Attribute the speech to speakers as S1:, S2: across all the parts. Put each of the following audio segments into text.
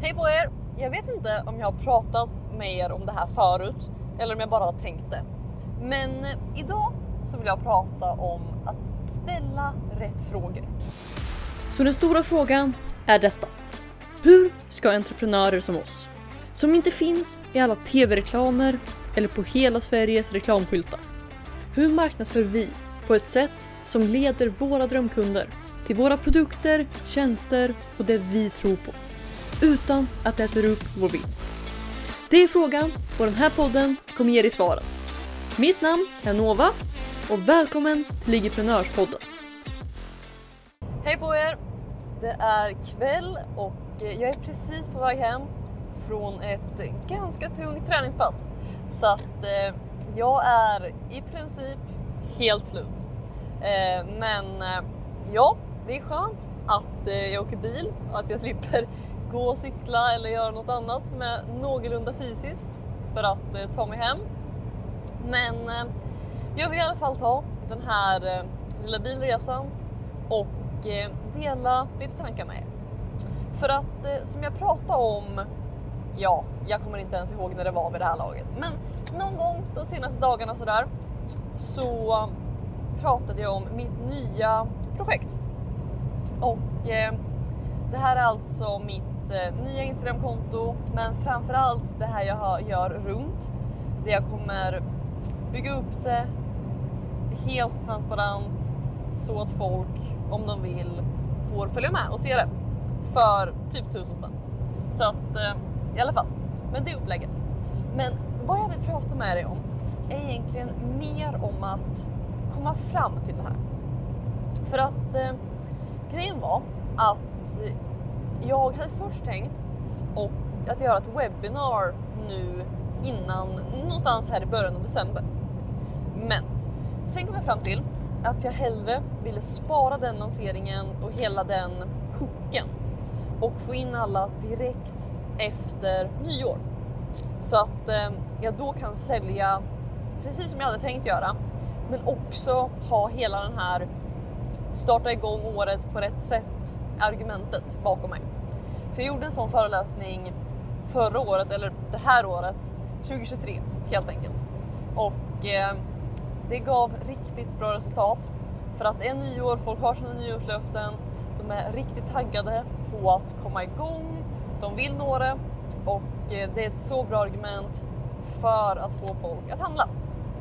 S1: Hej på er! Jag vet inte om jag har pratat med er om det här förut eller om jag bara har tänkt det. Men idag så vill jag prata om att ställa rätt frågor. Så den stora frågan är detta. Hur ska entreprenörer som oss, som inte finns i alla tv-reklamer eller på hela Sveriges reklamskyltar, hur marknadsför vi på ett sätt som leder våra drömkunder till våra produkter, tjänster och det vi tror på, utan att det äter upp vår vinst? Det är frågan och den här podden kommer ge dig svaren. Mitt namn är Nova och välkommen till Ligiprenörspodden. Hej på er! Det är kväll och jag är precis på väg hem från ett ganska tungt träningspass. Så att jag är i princip helt slut. Men ja, det är skönt att jag åker bil och att jag slipper gå och cykla eller göra något annat som är någorlunda fysiskt för att ta mig hem. Men jag vill i alla fall ta den här lilla bilresan och dela lite tankar med er. För att som jag pratade om, ja, jag kommer inte ens ihåg när det var vid det här laget, men någon gång de senaste dagarna sådär så pratade jag om mitt nya projekt. Och det här är alltså mitt nya Instagram-konto, men framförallt det här jag gör runt. Det jag kommer bygga upp det helt transparent så att folk, om de vill, får följa med och se det för typ 1000 spänn. Så att i alla fall, men det är upplägget. Men vad jag vill prata med dig om är egentligen mer om att komma fram till det här. För att grejen var att jag hade först tänkt att göra ett webinar nu innan någonstans här i början av december. Men sen kom jag fram till att jag hellre ville spara den lanseringen och hela den hooken och få in alla direkt efter nyår. Så att jag då kan sälja precis som jag hade tänkt göra, men också ha hela den här starta igång året på rätt sätt argumentet bakom mig. För jag gjorde en sån föreläsning förra året, eller det här året, 2023 helt enkelt. Och det gav riktigt bra resultat. För att det är nyår, folk har sina nyårslöften, de är riktigt taggade på att komma igång, de vill nå det och det är ett så bra argument för att få folk att handla.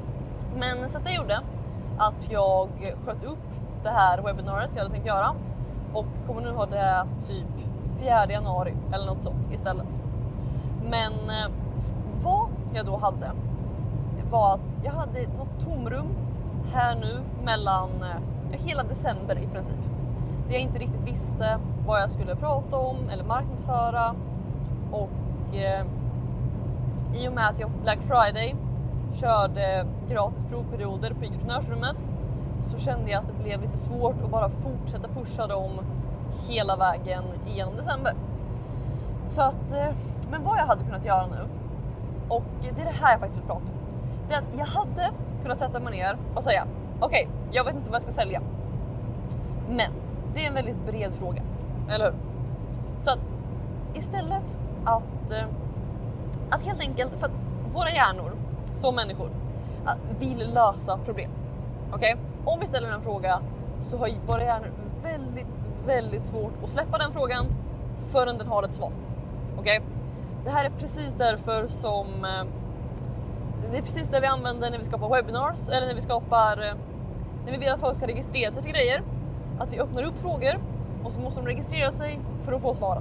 S1: Men så att det gjorde att jag sköt upp det här webbinariet jag hade tänkt göra och kommer nu ha det typ 4 januari eller något sånt istället. Men vad jag då hade var att jag hade något tomrum här nu mellan hela december i princip. Det jag inte riktigt visste vad jag skulle prata om eller marknadsföra, och i och med att jag på Black Friday körde gratis provperioder på Ligiprenörsrummet så kände jag att det blev lite svårt att bara fortsätta pusha dem hela vägen igenom december. Så att, men vad jag hade kunnat göra nu, och det är det här jag faktiskt vill prata om, det är att jag hade kunnat sätta mig ner och säga okej, jag vet inte vad jag ska sälja. Men det är en väldigt bred fråga, eller hur? Så att istället att helt enkelt, för att våra hjärnor som människor vill lösa problem. Okej? Om vi ställer en fråga så har våra hjärnor väldigt, väldigt svårt att släppa den frågan förrän den har ett svar. Okej? Det här är precis därför som det är precis det vi använder när vi skapar webinars eller när vi vill att folk ska registrera sig för grejer. Att vi öppnar upp frågor och så måste de registrera sig för att få svaren.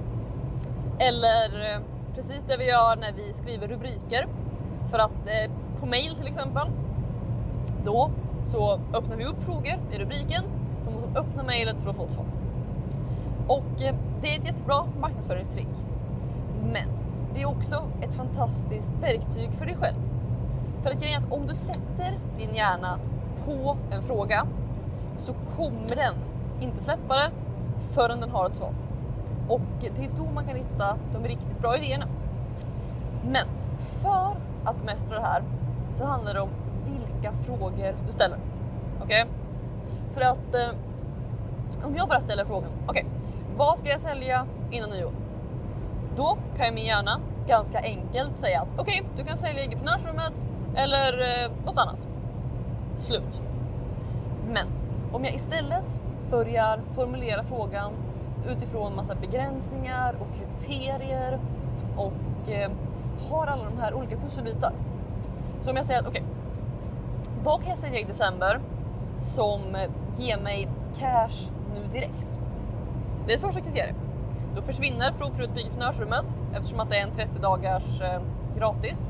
S1: Eller precis det vi gör när vi skriver rubriker. För att på mail till exempel, då så öppnar vi upp frågor i rubriken, så måste de öppna mailet för att få ett svar. Och det är ett jättebra marknadsföringstrick. Men det är också ett fantastiskt verktyg för dig själv. För att grejen är att om du sätter din hjärna på en fråga så kommer den inte släppa det förrän den har ett svar. Och det är då man kan hitta de riktigt bra idéerna. Men för att mästra det här så handlar det om vilka frågor du ställer. Okej? För att om jag bara ställer frågan, okej, vad ska jag sälja innan nyår? Då kan jag med gärna ganska enkelt säga att okej, du kan sälja Egeprenörsrummet eller något annat. Slut. Men om jag istället börjar formulera frågan utifrån massa begränsningar och kriterier och har alla de här olika pusselbitar. Så om jag säger att okej, vad kan jag sälja i december som ger mig cash nu direkt? Det är första kriteriet. Då försvinner provperioden på Egeprenörsrummet eftersom att det är en 30 dagars gratis.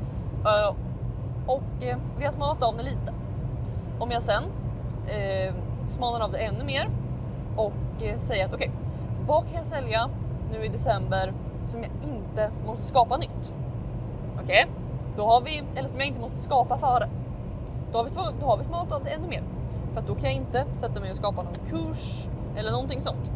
S1: Och vi har smalat av det lite. Om jag sen smalar av det ännu mer och säger att okej, vad kan jag sälja nu i december som jag inte måste skapa nytt? Okej, då har vi, eller som jag inte måste skapa före. Då har vi smalat av det ännu mer. För att då kan jag inte sätta mig och skapa någon kurs eller någonting sånt.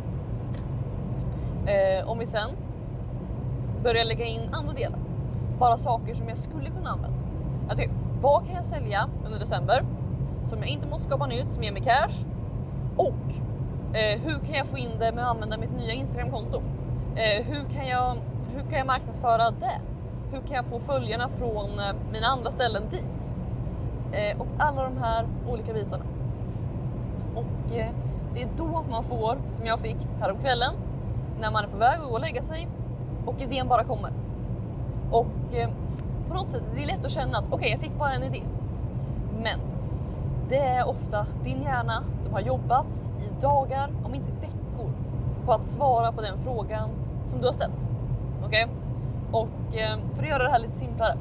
S1: Om vi sen börjar lägga in andra delar, bara saker som jag skulle kunna använda. Alltså, vad kan jag sälja under december som jag inte måste skapa nytt, som ger mig cash? Och hur kan jag få in det med att använda mitt nya Instagram-konto? Hur kan jag marknadsföra det? Hur kan jag få följarna från mina andra ställen dit? Och alla de här olika bitarna. Och det är då man får, som jag fick här om kvällen, när man är på väg att gå och lägga sig och idén bara kommer. Och på något sätt, det är lätt att känna att okej, jag fick bara en idé. Men det är ofta din hjärna som har jobbat i dagar, om inte veckor, på att svara på den frågan som du har ställt. Okej? Och för att göra det här lite simplare.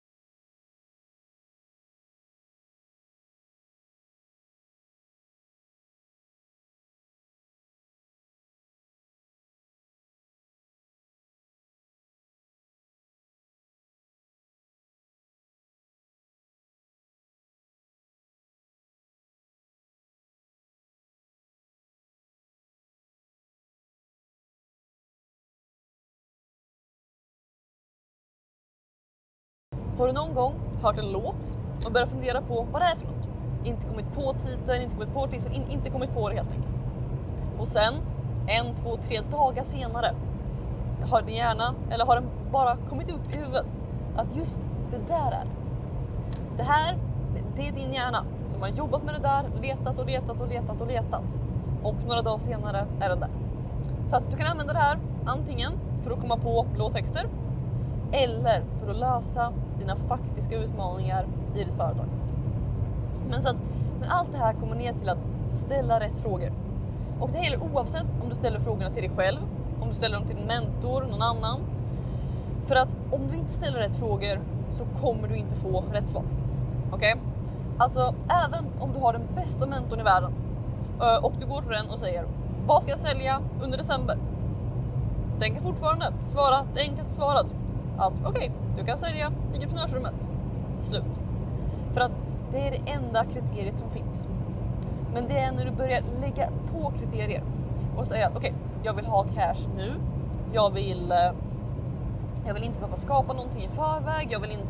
S1: Har du någon gång hört en låt och börjat fundera på vad det är för något? Inte kommit på titeln, inte kommit på artisten, inte kommit på det helt enkelt. Och sen, 1, 2, 3 dagar senare har din hjärna, eller har den bara kommit upp i huvudet att just det där är det här, det är din hjärna som har jobbat med det där, letat. Och några dagar senare är den där. Så att du kan använda det här antingen för att komma på låttexter eller för att lösa dina faktiska utmaningar i ditt företag. Men allt det här kommer ner till att ställa rätt frågor. Och det gäller oavsett om du ställer frågorna till dig själv, om du ställer dem till din mentor, någon annan. För att om du inte ställer rätt frågor så kommer du inte få rätt svar. Okej? Alltså även om du har den bästa mentorn i världen och du går till den och säger vad ska jag sälja under december? Den kan fortfarande svara det enklaste svaret. Att okej, du kan sälja Egeprenörsrummet. Slut. För att det är det enda kriteriet som finns. Men det är när du börjar lägga på kriterier och säga att okej, jag vill ha cash nu. Jag vill inte behöva skapa någonting i förväg.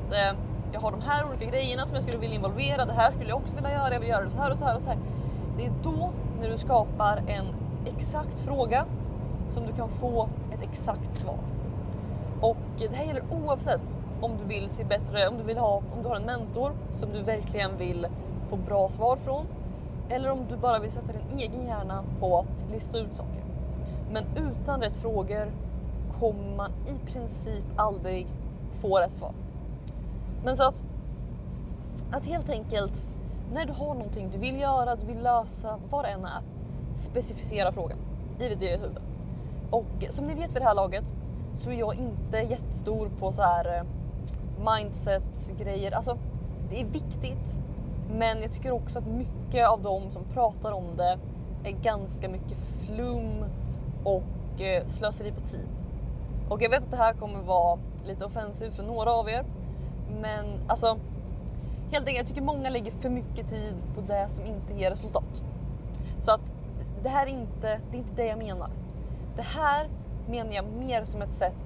S1: Jag har de här olika grejerna som jag skulle vilja involvera. Det här skulle jag också vilja göra. Jag vill göra det så här och så här och så här. Det är då när du skapar en exakt fråga som du kan få ett exakt svar. Och det här gäller oavsett om du vill se bättre, om du har en mentor som du verkligen vill få bra svar från, eller om du bara vill sätta din egen hjärna på att lista ut saker. Men utan rätt frågor kommer man i princip aldrig få rätt svar. Men så att helt enkelt, när du har någonting du vill göra, du vill lösa, vad det än är, specificera frågan i ditt eget huvud. Och som ni vet vid det här laget så är jag inte jättestor på så här mindset-grejer. Alltså, det är viktigt, men jag tycker också att mycket av de som pratar om det är ganska mycket flum och slöseri på tid. Och jag vet att det här kommer vara lite offensivt för några av er, men alltså, helt enkelt, jag tycker många lägger för mycket tid på det som inte ger resultat. Så att det är inte det jag menar. Det här menar jag mer som ett sätt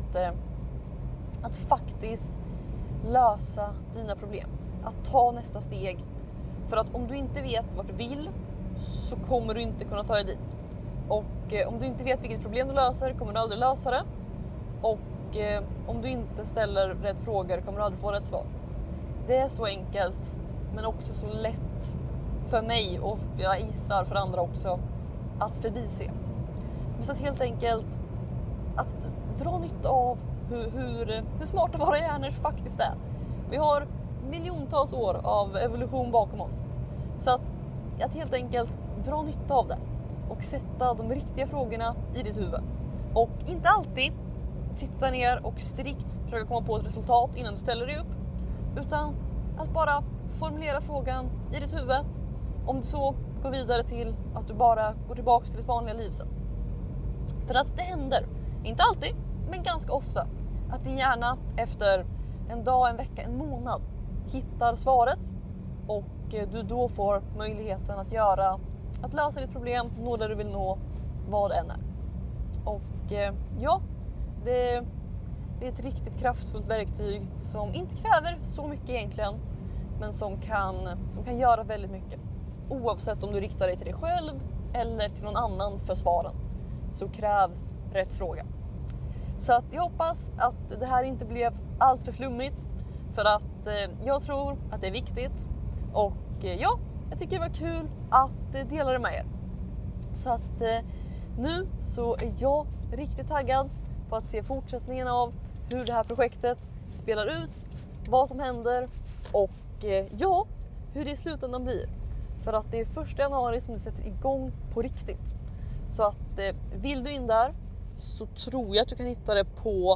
S1: att faktiskt lösa dina problem. Att ta nästa steg. För att om du inte vet vart du vill så kommer du inte kunna ta dig dit. Och om du inte vet vilket problem du löser kommer du aldrig lösa det. Och om du inte ställer rätt frågor kommer du aldrig få rätt svar. Det är så enkelt, men också så lätt för mig och jag gissar för andra också att förbise. Men så att helt enkelt att dra nytta av hur smarta våra hjärnor faktiskt är. Vi har miljontals år av evolution bakom oss. Så att helt enkelt dra nytta av det och sätta de riktiga frågorna i ditt huvud. Och inte alltid sitta ner och strikt försöka komma på ett resultat innan du ställer dig upp. Utan att bara formulera frågan i ditt huvud. Om du så går vidare till att du bara går tillbaka till ditt vanliga liv sen. För att det händer, inte alltid, men ganska ofta, att din hjärna efter en dag, en vecka, en månad hittar svaret. Och du då får möjligheten att lösa ditt problem, nå där du vill nå, vad det än är. Och ja, det är ett riktigt kraftfullt verktyg som inte kräver så mycket egentligen, men som kan göra väldigt mycket. Oavsett om du riktar dig till dig själv eller till någon annan för svaren, så krävs rätt fråga. Så att jag hoppas att det här inte blev allt för flummigt, för att jag tror att det är viktigt. Och ja, jag tycker det var kul att dela det med er. Så att nu så är jag riktigt taggad på att se fortsättningen av hur det här projektet spelar ut, vad som händer och ja, hur det i slutändan blir. För att det är 1 januari som det sätter igång på riktigt. Så att vill du in där så tror jag att du kan hitta det på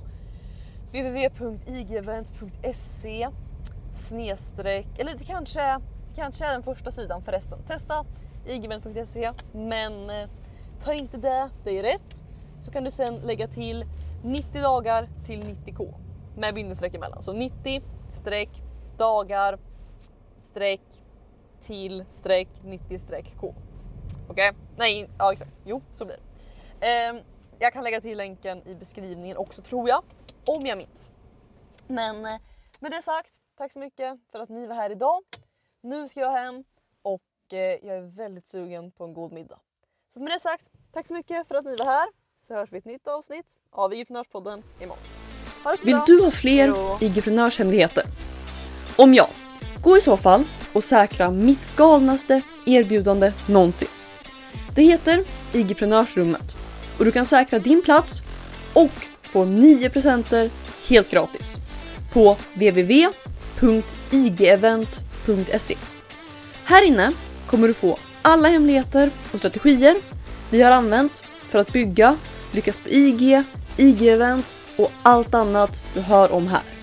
S1: www.igevent.se eller det kanske är den första sidan förresten. Testa igevent.se, men tar inte det är rätt, så kan du sen lägga till 90 dagar till 90k med bindestreck emellan. Så 90-dagar till 90-k. Okej? Nej, ja exakt. Jo, så blir det. Jag kan lägga till länken i beskrivningen också, tror jag, om jag minns. Men med det sagt, tack så mycket för att ni var här idag. Nu ska jag hem och jag är väldigt sugen på en god middag. Så med det sagt, tack så mycket för att ni var här. Så hörs vi ett nytt avsnitt av IG-prenörspodden imorgon. Ha det så bra.
S2: Vill du ha fler IG-prenörshemligheter? Om ja, gå i så fall och säkra mitt galnaste erbjudande någonsin. Det heter IG-prenörsrummet och du kan säkra din plats och få 9 presenter helt gratis på www.igevent.se. Här inne kommer du få alla hemligheter och strategier vi har använt för att lyckas på IG, IG-event och allt annat du hör om här.